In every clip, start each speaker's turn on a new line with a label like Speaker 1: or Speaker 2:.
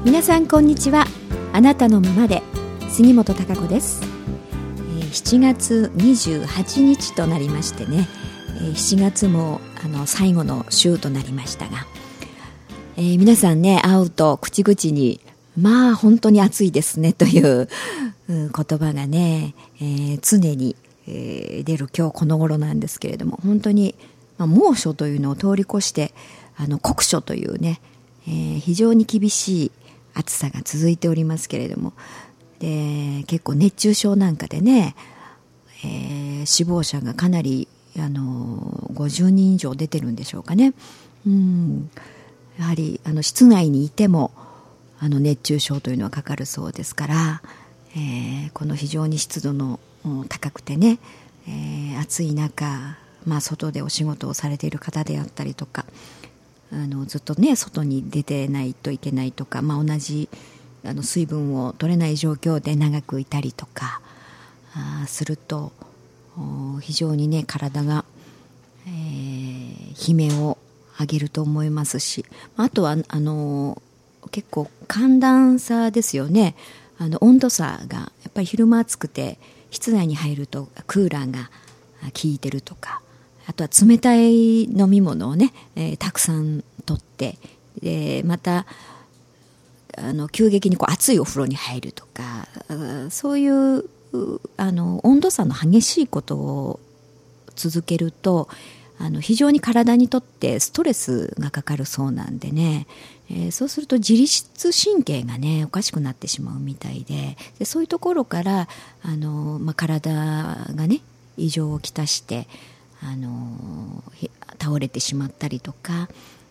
Speaker 1: 皆さんこんにちは。あなたのままで杉本孝子です。7月28日となりましてね、7月も最後の週となりましたが、皆さんね、会うと口々にまあ本当に暑いですねという言葉がね、常に、出る今日この頃なんですけれども、本当に、猛暑というのを通り越して酷暑というね、非常に厳しい暑さが続いておりますけれども、で結構熱中症なんかでね、死亡者がかなり50人以上出てるんでしょうかね。やはり室内にいても熱中症というのはかかるそうですから、この非常に湿度の高くてね、暑い中、外でお仕事をされている方であったりとか、ずっとね外に出てないといけないとか、同じ水分を取れない状況で長くいたりとかすると、非常にね体が、悲鳴を上げると思いますし、あとは結構寒暖差ですよね。温度差がやっぱり昼間暑くて室内に入るとクーラーが効いてるとか、あとは冷たい飲み物をね、たくさんとって、また急激に熱いお風呂に入るとか、そういう温度差の激しいことを続けると非常に体にとってストレスがかかるそうなんでね、そうすると自律神経がねおかしくなってしまうみたいで、そういうところから体がね異常をきたして倒れてしまったりとか、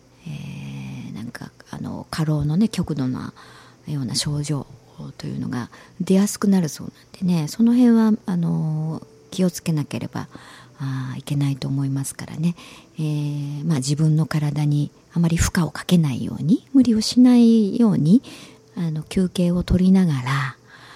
Speaker 1: 過労のね極度なような症状というのが出やすくなるそうなんでね、その辺は気をつけなければいけないと思いますからね、自分の体にあまり負荷をかけないように、無理をしないように休憩を取りながら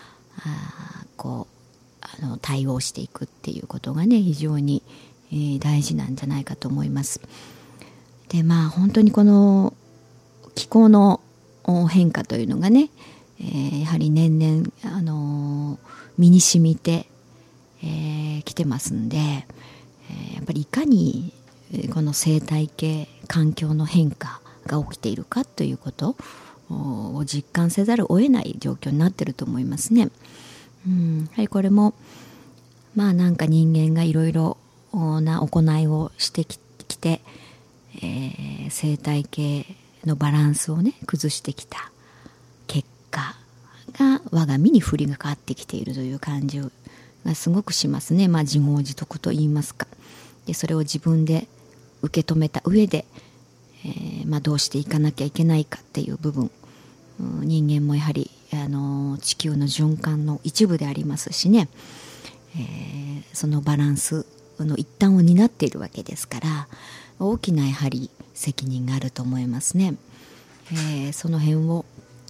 Speaker 1: 対応していくっていうことがね非常に大事なんじゃないかと思います。で本当にこの気候の変化というのがね、やはり年々身に染みてきてますんで、やっぱりいかにこの生態系環境の変化が起きているかということを実感せざるを得ない状況になっていると思いますね。やはりこれも人間がいろいろな行いをしてきて、生態系のバランスをね崩してきた結果が我が身に降りがかってきているという感じがすごくしますね。自業自得と言いますか。でそれを自分で受け止めた上で、どうしていかなきゃいけないかっていう部分、人間もやはり地球の循環の一部でありますしね、そのバランスの一端を担っているわけですから、大きなやはり責任があると思いますね。その辺を、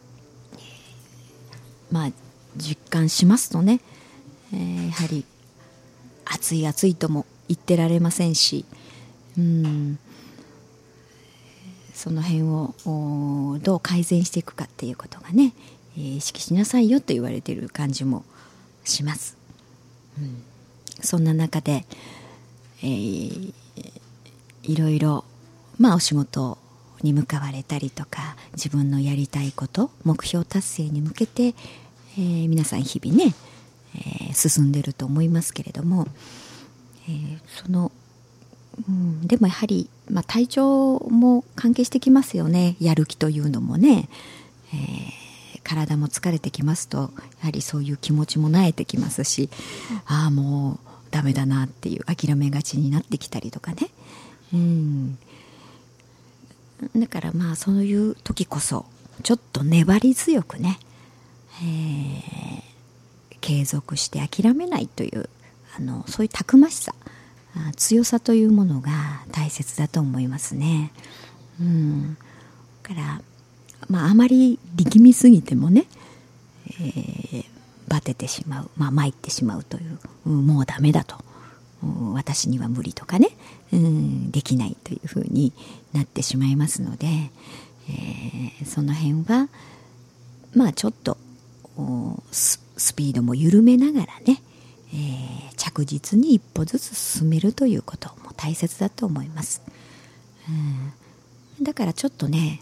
Speaker 1: 実感しますとね、やはり暑い暑いとも言ってられませんし、その辺をどう改善していくかっていうことがね、意識しなさいよと言われている感じもします。そんな中で、いろいろお仕事に向かわれたりとか、自分のやりたいこと目標達成に向けて、皆さん日々ね、進んでいると思いますけれども、でもやはり、体調も関係してきますよね。やる気というのもね、体も疲れてきますと、やはりそういう気持ちも萎えてきますし、もうダメだなっていう諦めがちになってきたりとかね、だからそういう時こそちょっと粘り強くね、継続して諦めないというそういうたくましさ、強さというものが大切だと思いますね。だからあまり力みすぎてもね、バテてしまう、参ってしまうという、もうダメだと、私には無理とかね、できないというふうになってしまいますので、その辺はちょっとスピードも緩めながらね、着実に一歩ずつ進めるということも大切だと思います。だからちょっとね、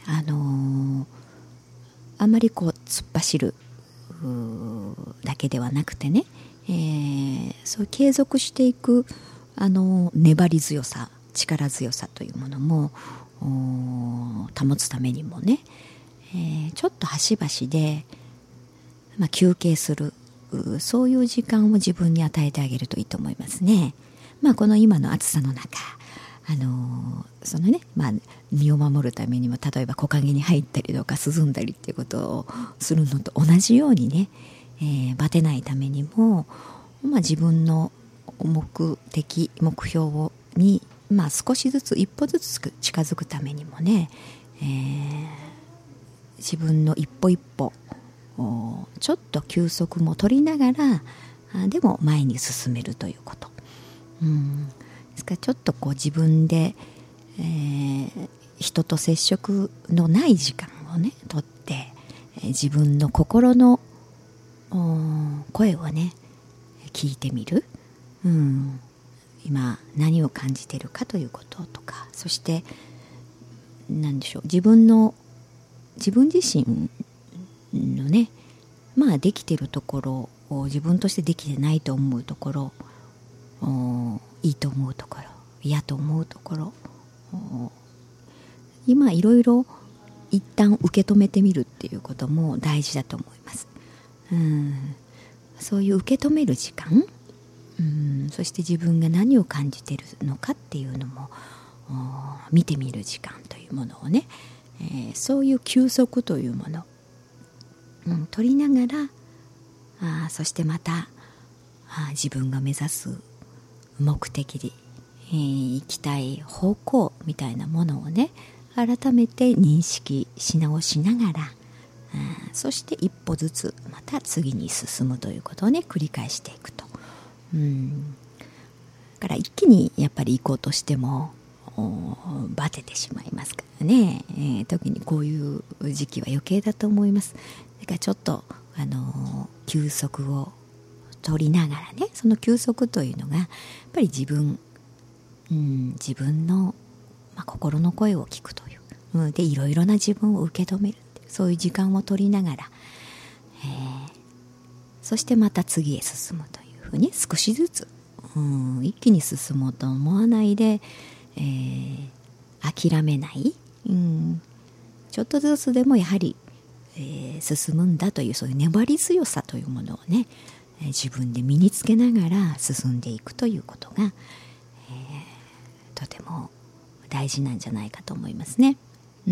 Speaker 1: あまり突っ走るだけではなくてね、そう継続していく粘り強さ、力強さというものも保つためにもね、ちょっと端々で、休憩する、そういう時間を自分に与えてあげるといいと思いますね。この今の暑さの中、そのね、身を守るためにも、例えば木陰に入ったりとか涼んだりっていうことをするのと同じようにね、バテないためにも、自分の目標に、少しずつ一歩ずつ近づくためにもね、自分の一歩一歩ちょっと休息も取りながらでも前に進めるということ、ですからちょっと自分で、人と接触のない時間をねとって、自分の心の声をね聞いてみる、今何を感じているかということとか、そして何でしょう、自分自身のね、できているところを自分としてできてないと思うところ、いいと思うところ、嫌と思うところ、今いろいろ一旦受け止めてみるっていうことも大事だと思います。そういう受け止める時間、そして自分が何を感じているのかっていうのも見てみる時間というものをね、そういう休息というもの、取りながら、そしてまた自分が目指す目的で、行きたい方向みたいなものをね改めて認識し直しながら、そして一歩ずつまた次に進むということをね繰り返していくと、だから一気にやっぱり行こうとしてもバテてしまいますからね、特にこういう時期は余計だと思います。だからちょっと休息を取りながらね、その休息というのがやっぱり自分の、心の声を聞くという、でいろいろな自分を受け止める、そういう時間を取りながら、そしてまた次へ進むというふうに少しずつ、一気に進もうと思わないで、諦めない、ちょっとずつでもやはり、進むんだというそういう粘り強さというものをね、自分で身につけながら進んでいくということが、とても大事なんじゃないかと思いますね。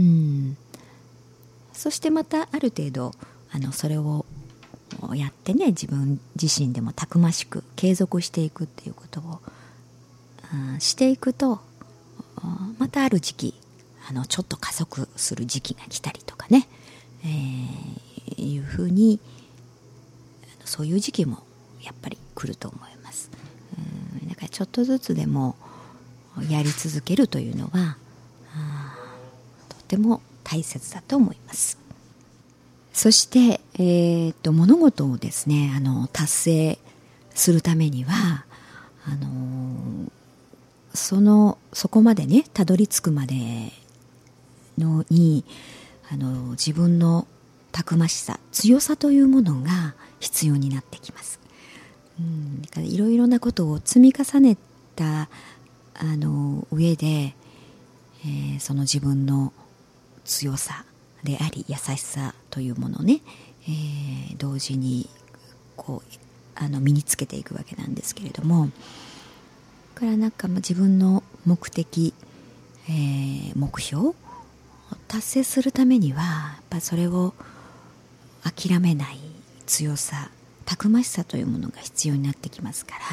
Speaker 1: そしてまたある程度それをやってね、自分自身でもたくましく継続していくっていうことをしていくと、またある時期ちょっと加速する時期が来たりとかね、いうふうにそういう時期もやっぱり来ると思います。だからちょっとずつでもやり続けるというのはとても大切だと思います。そして、物事をですね達成するためにはそこまでねたどり着くまでのに自分のたくましさ、強さというものが必要になってきます。いろいろなことを積み重ねた上で、その自分の強さであり優しさというものをね、同時に身につけていくわけなんですけれども、から自分の目的、目標を達成するためにはやっぱそれを諦めない強さ、たくましさというものが必要になってきますから、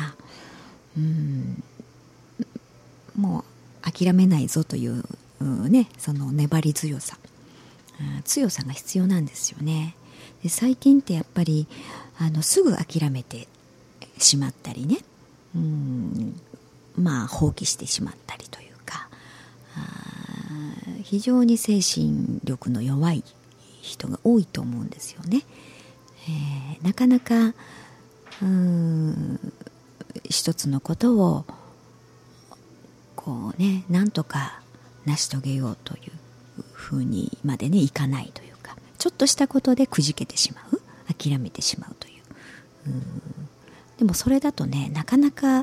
Speaker 1: もう諦めないぞというね、その粘り強さ、強さが必要なんですよね。で最近ってやっぱりすぐ諦めてしまったりね、放棄してしまったりというか、非常に精神力の弱い人が多いと思うんですよね。なかなか一つのことをこうね、なんとか成し遂げようというふうにまでねいかないというか、ちょっとしたことでくじけてしまう、諦めてしまうという、でもそれだとね、なかなか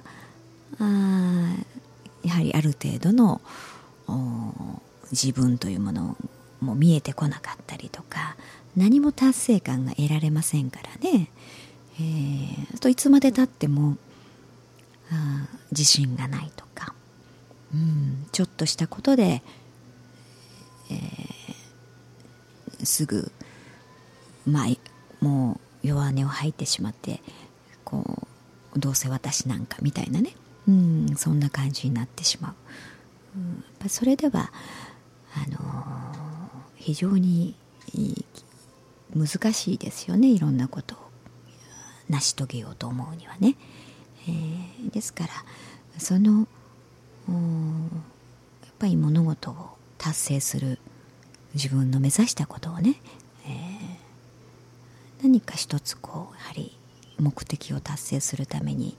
Speaker 1: やはりある程度の自分というものも見えてこなかったりとか、何も達成感が得られませんからね、といつまでたっても自信がないとか、ちょっとしたことで、すぐもう弱音を吐いてしまって、こうどうせ私なんかみたいなね、そんな感じになってしまう。やっぱそれでは非常に難しいですよね、いろんなことを成し遂げようと思うにはね。ですからそのやっぱり物事を達成する、自分の目指したことをね、何か一つこうやはり目的を達成するために、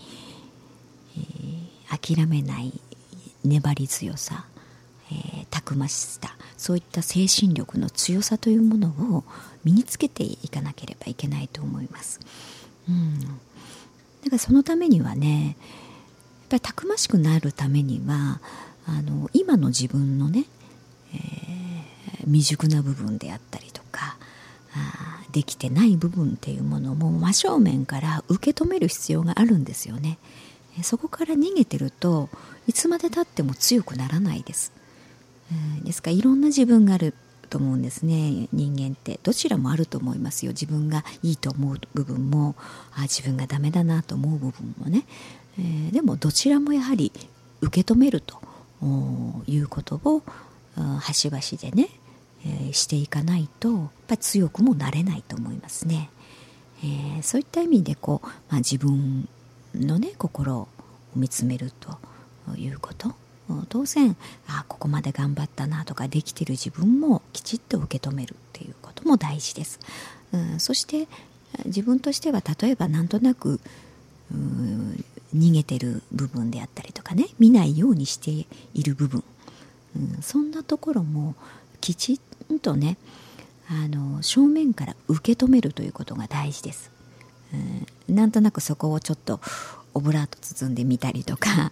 Speaker 1: 諦めない粘り強さ、たくましさ、そういった精神力の強さというものを身につけていかなければいけないと思います。だからそのためにはね、やっぱりたくましくなるためには今の自分のね、未熟な部分であったりとか、できてない部分っていうものも真正面から受け止める必要があるんですよね。そこから逃げてるといつまでたっても強くならないです。ですからいろんな自分があると思うんですね。人間ってどちらもあると思いますよ。自分がいいと思う部分も、自分がダメだなと思う部分もね、でもどちらもやはり受け止めるということを端々でね、していかないとやっぱり強くもなれないと思いますね。そういった意味でこう、自分のね心を見つめるということ、当然ここまで頑張ったなとか、できてる自分もきちっと受け止めるっていうことも大事です。そして自分としては例えばなんとなく逃げてる部分であったりとかね、見ないようにしている部分、そんなところもきちんとね正面から受け止めるということが大事です。なんとなくそこをちょっとオブラート包んでみたりとか、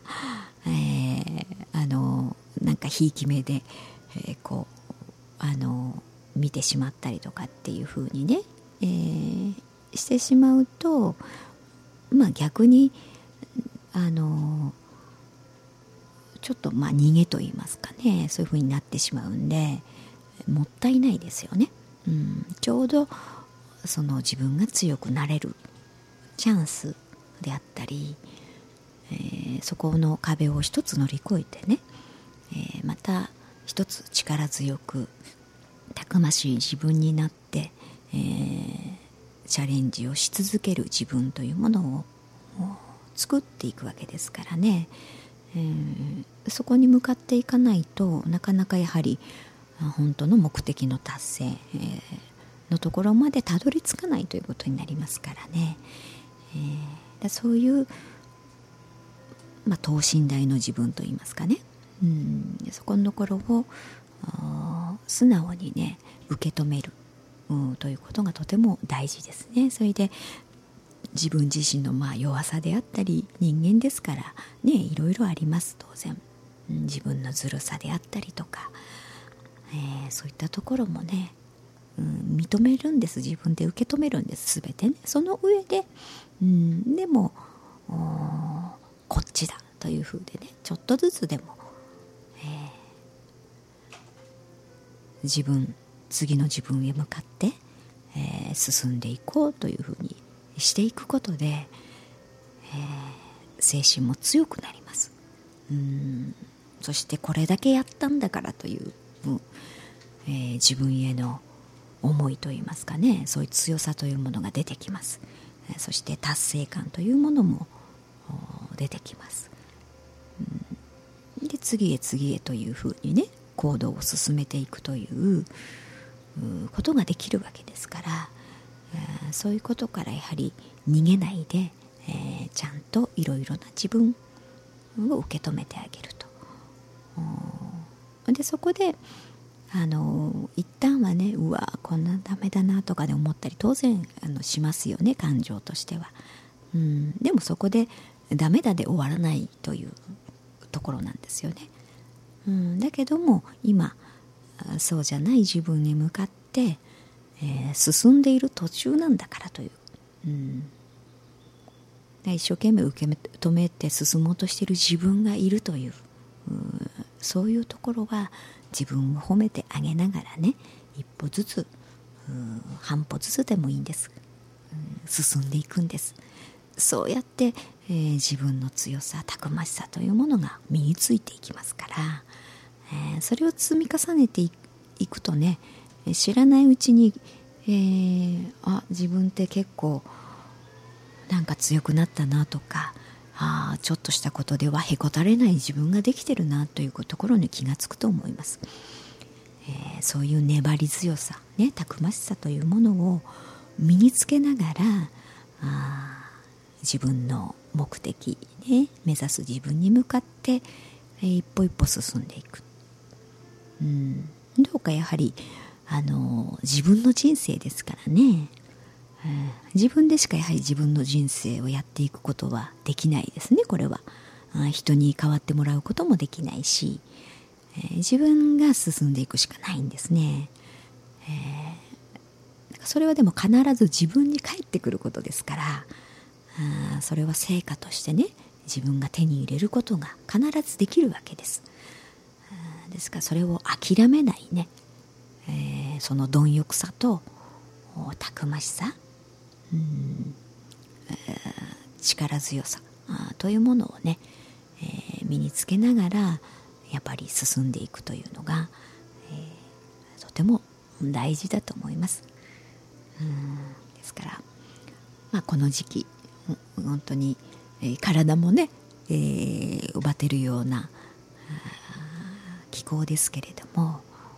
Speaker 1: なんかひいき目で、こう見てしまったりとかっていう風にね、してしまうと、逆にちょっと逃げと言いますかね、そういう風になってしまうんでもったいないですよね。ちょうどその自分が強くなれるチャンスであったり、そこの壁を一つ乗り越えてね、また一つ力強くたくましい自分になって、チャレンジをし続ける自分というものを作っていくわけですからね、そこに向かっていかないとなかなかやはり本当の目的の達成、のところまでたどり着かないということになりますからね。そういう、等身大の自分といいますかね、そこのところを素直にね受け止める、ということがとても大事ですね。それで自分自身の弱さであったり、人間ですからね、いろいろあります。当然、自分のずるさであったりとか、そういったところもね、認めるんです。自分で受け止めるんです、全てね。その上で、でもこっちだというふうでね、ちょっとずつでも、次の自分へ向かって、進んでいこうというふうにしていくことで、精神も強くなります。そしてこれだけやったんだからという、自分への思いといいますかね、そういう強さというものが出てきます。そして達成感というものも出てきます。で次へ次へというふうにね行動を進めていくという、 ことができるわけですから、そういうことからやはり逃げないで、ちゃんといろいろな自分を受け止めてあげると。でそこで一旦はね、うわこんなダメだなとかで思ったり当然しますよね、感情としては。でもそこでダメだで終わらないというところなんですよね。だけども今そうじゃない自分に向かって、進んでいる途中なんだからという、一生懸命受け止めて進もうとしている自分がいるという、そういうところは自分を褒めてあげながらね、一歩ずつ半歩ずつでもいいんです、進んでいくんです。そうやって、自分の強さたくましさというものが身についていきますから、それを積み重ねていくとね、知らないうちに、自分って結構なんか強くなったなとか、ちょっとしたことではへこたれない自分ができてるなというところに気がつくと思います。そういう粘り強さ、ね、たくましさというものを身につけながら、自分の目的、ね、目指す自分に向かって、一歩一歩進んでいく。どうかやはり自分の人生ですからね、自分でしかやはり自分の人生をやっていくことはできないですね。これは人に代わってもらうこともできないし、自分が進んでいくしかないんですね。それはでも必ず自分に返ってくることですから、それは成果としてね、自分が手に入れることが必ずできるわけです。ですからそれを諦めないね、その貪欲さとたくましさ、力強さというものをね、身につけながらやっぱり進んでいくというのが、とても大事だと思います。ですから、この時期本当に、体もね、奪てるような気候ですけれども、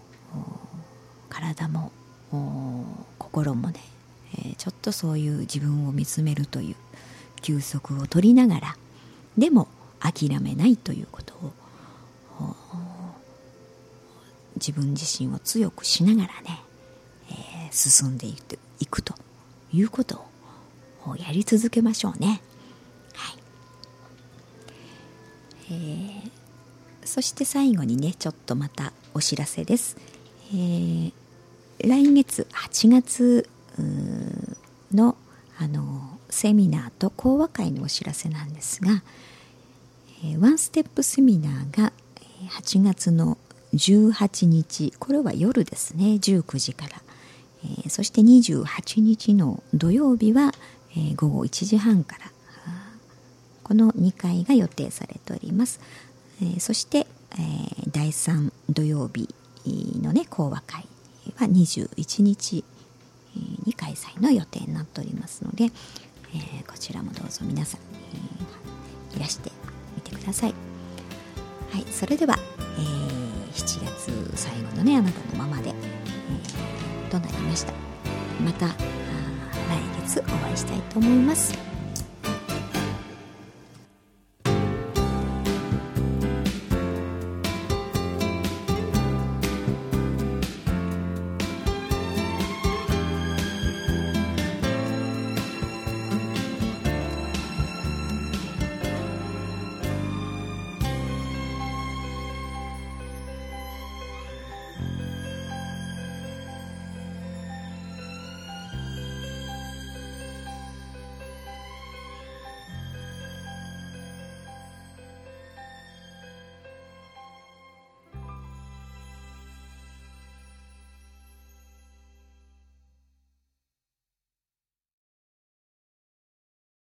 Speaker 1: 体も心もね、ちょっとそういう自分を見つめるという休息を取りながら、でも諦めないということを自分自身を強くしながらね、進んでいくということをやり続けましょうね。そして最後にね、ちょっとまたお知らせです。来月8月のセミナーと講話会のお知らせなんですが、ワンステップセミナーが8月の18日、これは夜ですね、19時から、そして28日の土曜日は、午後1時半から、この2回が予定されております。そして、第3土曜日のね、講話会は21日に開催の予定になっておりますので、こちらもどうぞ皆さん、いらしてみてください。はい、それでは、7月最後のね、あなたのままで、となりました。また来月お会いしたいと思います。